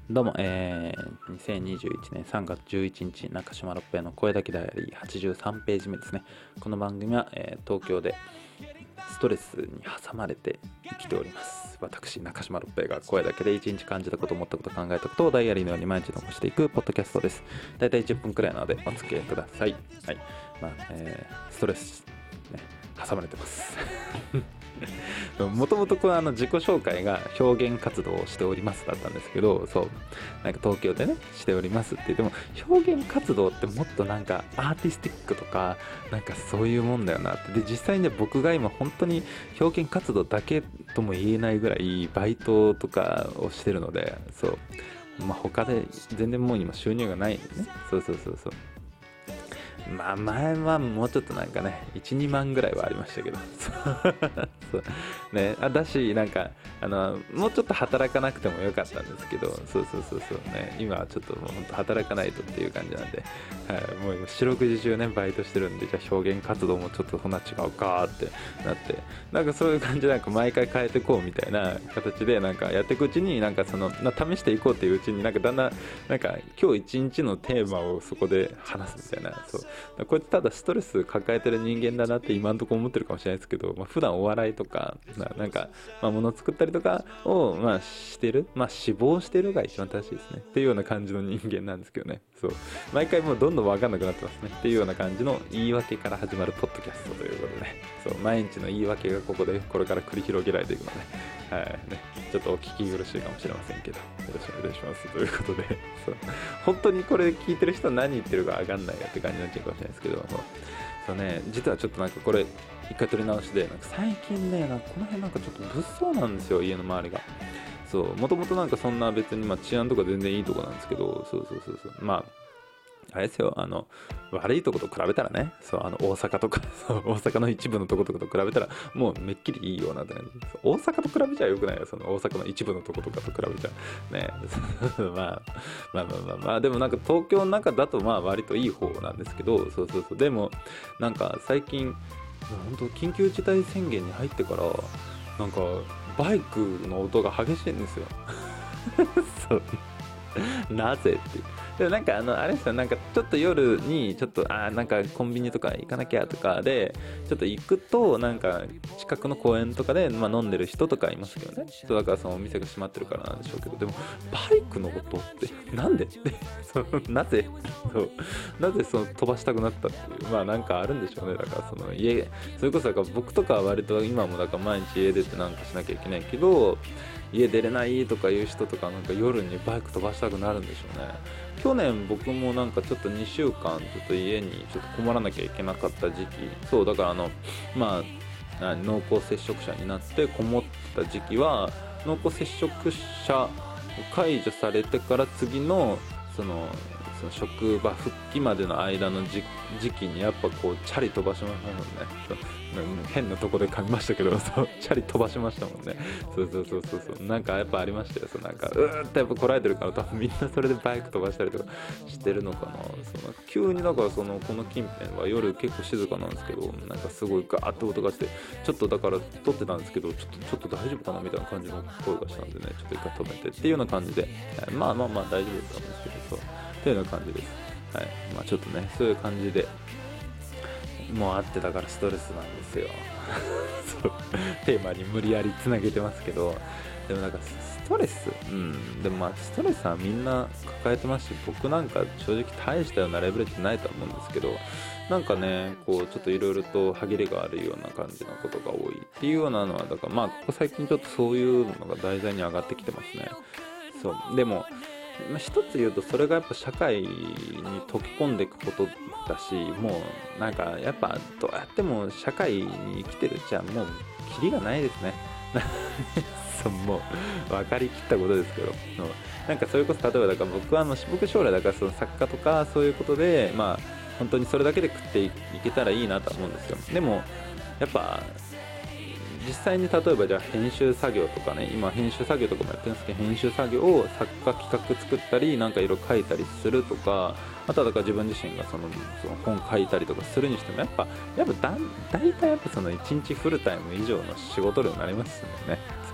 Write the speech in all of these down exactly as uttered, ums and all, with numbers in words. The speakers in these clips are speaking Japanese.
どうも、えー、にせんにじゅういちねんさんがつじゅういちにち中島六平の声だけダイアリーはちじゅうさんページ目ですね。この番組は、えー、東京でストレスに挟まれて生きております。私中島六平が声だけでいちにち感じたこと、思ったこと、考えたことをダイアリーのように毎日残していくポッドキャストです。だいたいじゅっぷんくらいなのでお付き合いください。はい、まあ、えー、ストレス、ね、挟まれてますもともとこのあの自己紹介が表現活動をしておりますだったんですけど、そうなんか東京でねしておりますって言っても、表現活動ってもっとなんかアーティスティックとかなんかそういうもんだよなって。で実際にね、僕が今本当に表現活動だけとも言えないぐらいバイトとかをしてるので、そうまあ他で全然もう今収入がないんでね。そうそうそうそうまあ前はもうちょっとなんかねいち、にまんぐらいはありましたけどそうね、あだしなんかあのもうちょっと働かなくてもよかったんですけど、そうそうそうそうね、今はちょっともう本当働かないとっていう感じなんで、はい、もう今四六時中ねバイトしてるんで、じゃあ表現活動もちょっとそんな違うかってなって、なんかそういう感じでなんか毎回変えてこうみたいな形でなんかやっていくうちに、なんかそのな試していこうっていううちになんかだんだんなんか今日一日のテーマをそこで話すみたいな、そうこいつただストレス抱えてる人間だなって今のところ思ってるかもしれないですけど、まあ、普段お笑いとか な, なんか、まあ、物作ったりとかを、まあ、してる、まあ死亡してるが一番正しいですねっていうような感じの人間なんですけどね。そう毎回もうどんどん分かんなくなってますねっていうような感じの言い訳から始まるポッドキャストということでね、そう毎日の言い訳がここでこれから繰り広げられていくので、はいね、ちょっとお聞き苦しいかもしれませんけどよろしくお願いしますということで、そう本当にこれ聞いてる人は何言ってるか分かんないよって感じになっちゃうかもしれないですけど、そうそうね、実はちょっとなんかこれ一回撮り直しで、なんか最近ねなんかこの辺なんかちょっと物騒なんですよ、家の周りが。そうもともとなんかそんな別にまあ治安とか全然いいとこなんですけど、そうそうそうそうまああれですよ、あの悪いとこと比べたらね、そうあの大阪とかそう大阪の一部のとことかと比べたらもうめっきりいいような感じ。大阪と比べちゃよくないよ、その大阪の一部のとことかと比べちゃねまあまあまあまあまあでもなんか東京の中だとまあ割といい方なんですけど、そうそうそうでもなんか最近本当緊急事態宣言に入ってからなんかバイクの音が激しいんですよそうなぜって。でもなんかあのあれですよ、なんかちょっと夜にちょっとあーなんかコンビニとか行かなきゃとかでちょっと行くとなんか近くの公園とかで、まあ、飲んでる人とかいますけどね。だからそのお店が閉まってるからなんでしょうけど、でもバイクの音ってなんでってそうなぜそうなぜその飛ばしたくなったっていう、まあなんかあるんでしょうね。だからその家それこそだから僕とかは割と今もだから毎日家出てなんかしなきゃいけないけど、家出れないとかいう人とかなんか夜にバイク飛ばしたくなるんでしょうね。去年僕もなんかちょっとにしゅうかんちょっと家にちょっとこもらなきゃいけなかった時期、そうだからあのまあ濃厚接触者になってこもった時期は、濃厚接触者解除されてから次のそのその職場復帰までの間の時期にやっぱこうチャリ飛ばしましたもんね。変なとこで噛みましたけど、そうチャリ飛ばしましたもんね。そうそうそうそうそうなんかやっぱありましたよ。そうなんかうーってやっぱこらえてるから多分みんなそれでバイク飛ばしたりとかしてるのかな。その急にだからそのこの近辺は夜結構静かなんですけど、なんかすごいガーッと音がしてちょっとだから撮ってたんですけど、ちょっとちょっと大丈夫かなみたいな感じの声がしたんでね、ちょっと一回止めてっていうような感じで、まあまあまあ大丈夫だったんですけど、そうっていうような感じです。はい、まあちょっとねそういう感じでもうあってだからストレスなんですよそうテーマに無理やりつなげてますけど、でもなんかストレスうんでもまあストレスはみんな抱えてますし、僕なんか正直大したようなレベルじゃないと思うんですけど、なんかねこうちょっといろいろと歯切れがあるような感じのことが多いっていうようなのは、だからまあここ最近ちょっとそういうのが題材に上がってきてますね。そうでもまあ、一つ言うとそれがやっぱ社会に溶け込んでいくことだし、もうなんかやっぱどうやっても社会に生きてるじゃもうキリがないですねそうもう分かりきったことですけど、なんかそれこそ例えばだから僕はあの僕将来だからその作家とかそういうことでまあ本当にそれだけで食っていけたらいいなとは思うんですよ。でもやっぱ実際に例えばじゃあ編集作業とかね、今編集作業とかもやってるんですけど、編集作業を作家企画作ったりなんか色書いたりするとか、あとはだから自分自身がそのその本書いたりとかするにしてもやっぱやっぱだ大体やっぱそのいちにちフルタイム以上の仕事量になりますんでね。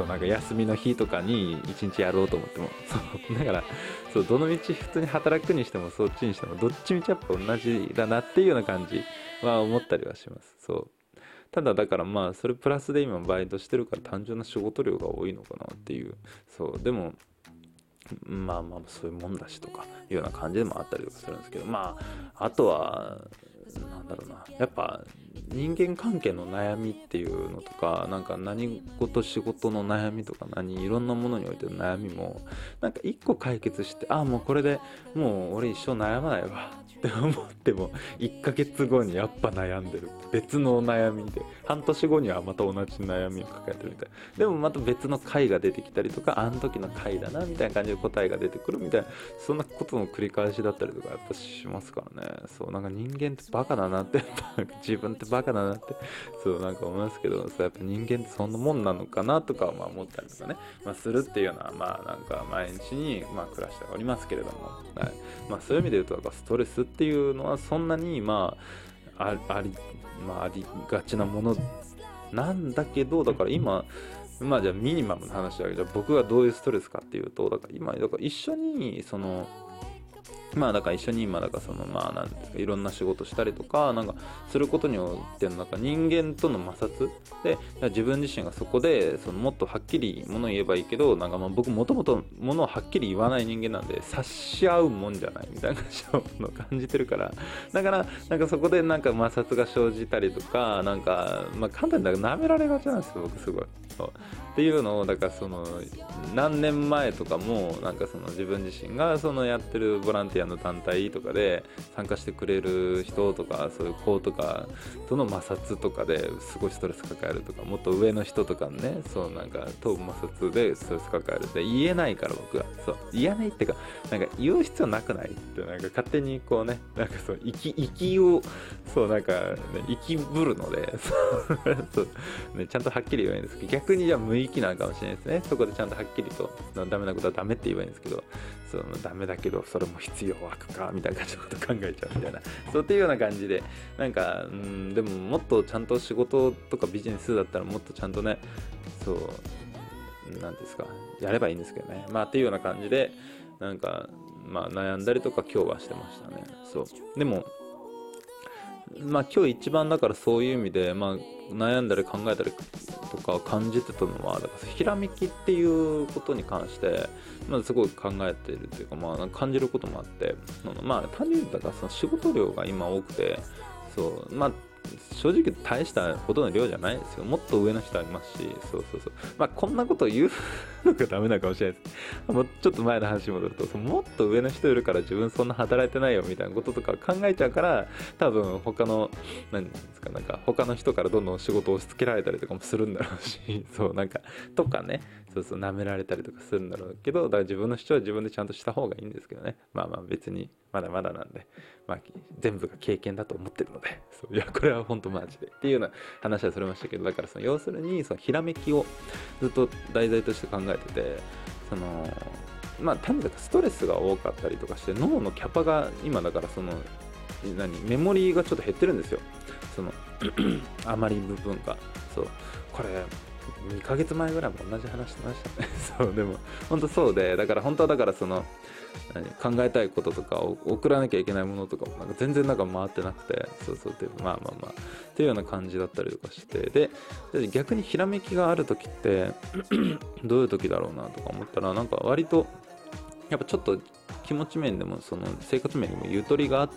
そうなんか休みの日とかに一日やろうと思っても、そうだからそうどの道普通に働くにしてもそっちにしてもどっちみちやっぱ同じだなっていうような感じは思ったりはします。そうただだからまあそれプラスで今バイトしてるから単純な仕事量が多いのかなっていう。そうでもまあまあそういうもんだしとかいうような感じでもあったりとかするんですけど、まああとはなんだろうな、やっぱ人間関係の悩みっていうのとか、なんか何事仕事の悩みとか、何いろんなものにおいての悩みもなんか一個解決して、ああもうこれでもう俺一生悩まないわって思ってもいっかげつごにやっぱ悩んでる、別の悩みで半年後にはまた同じ悩みを抱えてるみたいな。でもまた別の回が出てきたりとか、あの時の回だなみたいな感じで答えが出てくるみたいな、そんなことの繰り返しだったりとかやっぱしますからね。そうなんか人間ってバカだなって自分ってバカだなってそうなんか思いますけど、そうやっぱ人間ってそんなもんなのかなとかまあ思ったりとかね、まあ、するっていうようなまあなんか毎日にまあ暮らしておりますけれども、はい、まあそういう意味で言うとなんかストレスっていうのはそんなにまああありまあありがちなものなんだけど、だから今まあじゃあミニマムの話だけど、じゃあ僕がどういうストレスかっていうと、だから今だから一緒にそのまあだから一緒に今だからそのまあなんですか、いろんな仕事したりとかなんかすることによってなんか人間との摩擦で、自分自身がそこでそのもっとはっきりものを言えばいいけど、なんかまあ僕もともとものをはっきり言わない人間なんで察し合うもんじゃないみたいなのを感じてるから、だからなんかそこでなんか摩擦が生じたりとか、なんかまあ簡単にだから舐められがちなんですよ僕すごい。そうっていうのをだからその何年前とかもなんかその自分自身がそのやってるボランティアの団体とかで参加してくれる人とかそういう子とかとの摩擦とかですごいストレス抱えるとか、もっと上の人とかね、そうなんかと摩擦でストレス抱えるって言えないから僕はそう言えないっていうか、なんか言う必要なくないってなんか勝手にこうね、なんかそう息息をそうなんか、ね、息ぶるのでそうそう、ね、ちゃんとはっきり言えばいいんですけど、逆にじゃあ無息なのかもしれないですね。そこでちゃんとはっきりとダメなことはダメって言えばいいんですけど、そのダメだけどそれも必要悪かみたいな感じのこと考えちゃうみたいな、そうっていうような感じで、なんかうんでももっとちゃんと仕事とかビジネスだったらもっとちゃんとね、そうなんですかやればいいんですけどね、まあっていうような感じでなんかまあ悩んだりとか今日はしてましたね。そうでもまあ今日一番だからそういう意味で、まあ、悩んだり考えたりとか感じてたのは、だからひらめきっていうことに関して、まあ、すごい考えてるっていうか、まあ、感じることもあって、まあ単純にだからその仕事量が今多くて、そうまあ正直大したほどの量じゃないですよ。もっと上の人ありますし、そうそうそう。まあこんなことを言うのがダメなのかもしれないです。もうちょっと前の話に戻ると、もっと上の人いるから自分そんな働いてないよみたいなこととか考えちゃうから、多分他の何ですかなんか他の人からどんどん仕事を押し付けられたりとかもするんだろうし、そうなんかとかね、そうそう舐められたりとかするんだろうけど、だから自分の主張は自分でちゃんとした方がいいんですけどね。まあまあ別にまだまだなんで、まあ全部が経験だと思ってるので、そういやこれは本当マジでっていうような話はそれましたけど、だからその要するにそのひらめきをずっと題材として考えてて、そのまあ単にストレスが多かったりとかして脳のキャパが今だからその何メモリーがちょっと減ってるんですよ。その余り部分がそうこれにかげつまえぐらいも同じ話してましたねそうでも本当そうで、だから本当はだからその考えたいこととかを送らなきゃいけないものとかもなんか全然なんか回ってなくて、そうそうでまあまあまあっていうような感じだったりとかして、で逆にひらめきがある時ってどういう時だろうなとか思ったら、なんか割とやっぱちょっと気持ち面でもその生活面にもゆとりがあって、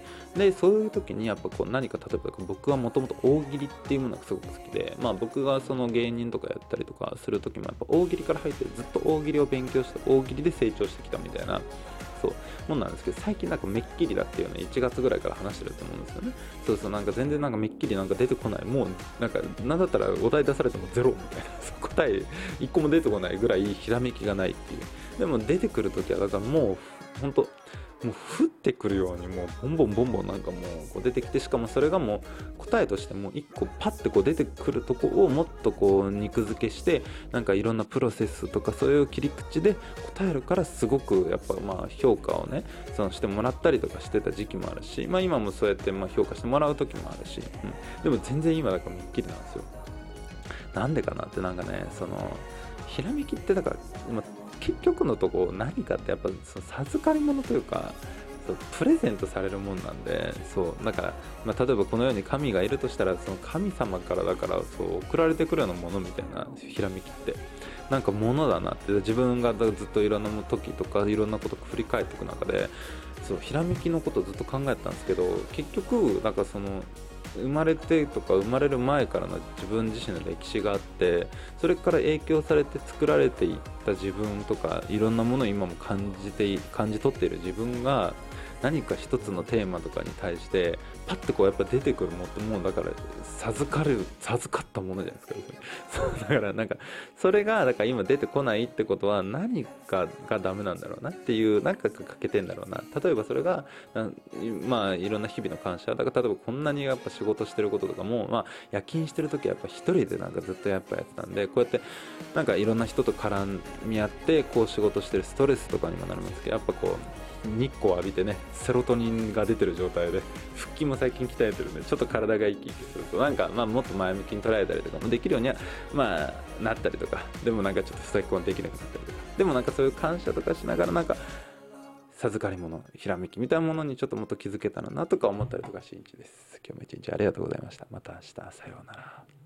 でそういう時にやっぱこう何か例えば僕はもともと大喜利っていうものがすごく好きで、まあ僕がその芸人とかやったりとかする時もやっぱ大喜利から入ってずっと大喜利を勉強して大喜利で成長してきたみたいなそうもんなんですけど、最近なんかめっきりだっていうのいちがつぐらいから話してると思うんですよね。そうそうなんか全然なんかめっきりなんか出てこない、もうなんかなんだったらお題出されてもゼロみたいな答えいっこも出てこないぐらいひらめきがないっていう。でも出てくるときはだからもうほんともう降ってくるようにもうボンボンボンボンなんかもうこう出てきて、しかもそれがもう答えとしてもう一個パッてこう出てくるとこをもっとこう肉付けしてなんかいろんなプロセスとかそういう切り口で答えるから、すごくやっぱまあ評価をねそのしてもらったりとかしてた時期もあるし、まあ今もそうやってまあ評価してもらう時もあるし、うん、でも全然今だからめっきりなんですよ。なんでかなってなんかねそのひらめきってだから、まあ、結局のとこ何かってやっぱその授かり物というか、そうプレゼントされるもんなんで、そうだから、まあ、例えばこの世に神がいるとしたら、その神様からだからそう送られてくるようなものみたいな、ひらめきってなんかものだなって、自分がずっといろんな時とかいろんなことを振り返っていく中で、そうひらめきのことをずっと考えてたんですけど、結局なんかその生まれてとか生まれる前からの自分自身の歴史があって、それから影響されて作られていった自分とか、いろんなものを今も感じて感じ取っている自分が、何か一つのテーマとかに対してパッてこうやっぱ出てくるものって、もうだから授かる授かったものじゃないですか。そうだからなんかそれがだから今出てこないってことは、何かがダメなんだろうなっていう、何かが欠けてんだろうな。例えばそれがまあいろんな日々の感謝だから、例えばこんなにやっぱ仕事してることとかも、まあ夜勤してる時はやっぱ一人でなんかずっとやっぱやってたんで、こうやってなんかいろんな人と絡み合ってこう仕事してるストレスとかにもなりますけど、やっぱこう日光を浴びてね、セロトニンが出てる状態で、腹筋も最近鍛えてるんで、ちょっと体が生き生きすると、なんかまあもっと前向きに捉えたりとかもできるようにはまあなったりとか、でもなんかちょっと最高できなくなったりとか、でもなんかそういう感謝とかしながら、なんか授かり物、ひらめきみたいなものにちょっともっと気づけたらなとか思ったりとかしんいちです。今日も一日ありがとうございました。また明日、さようなら。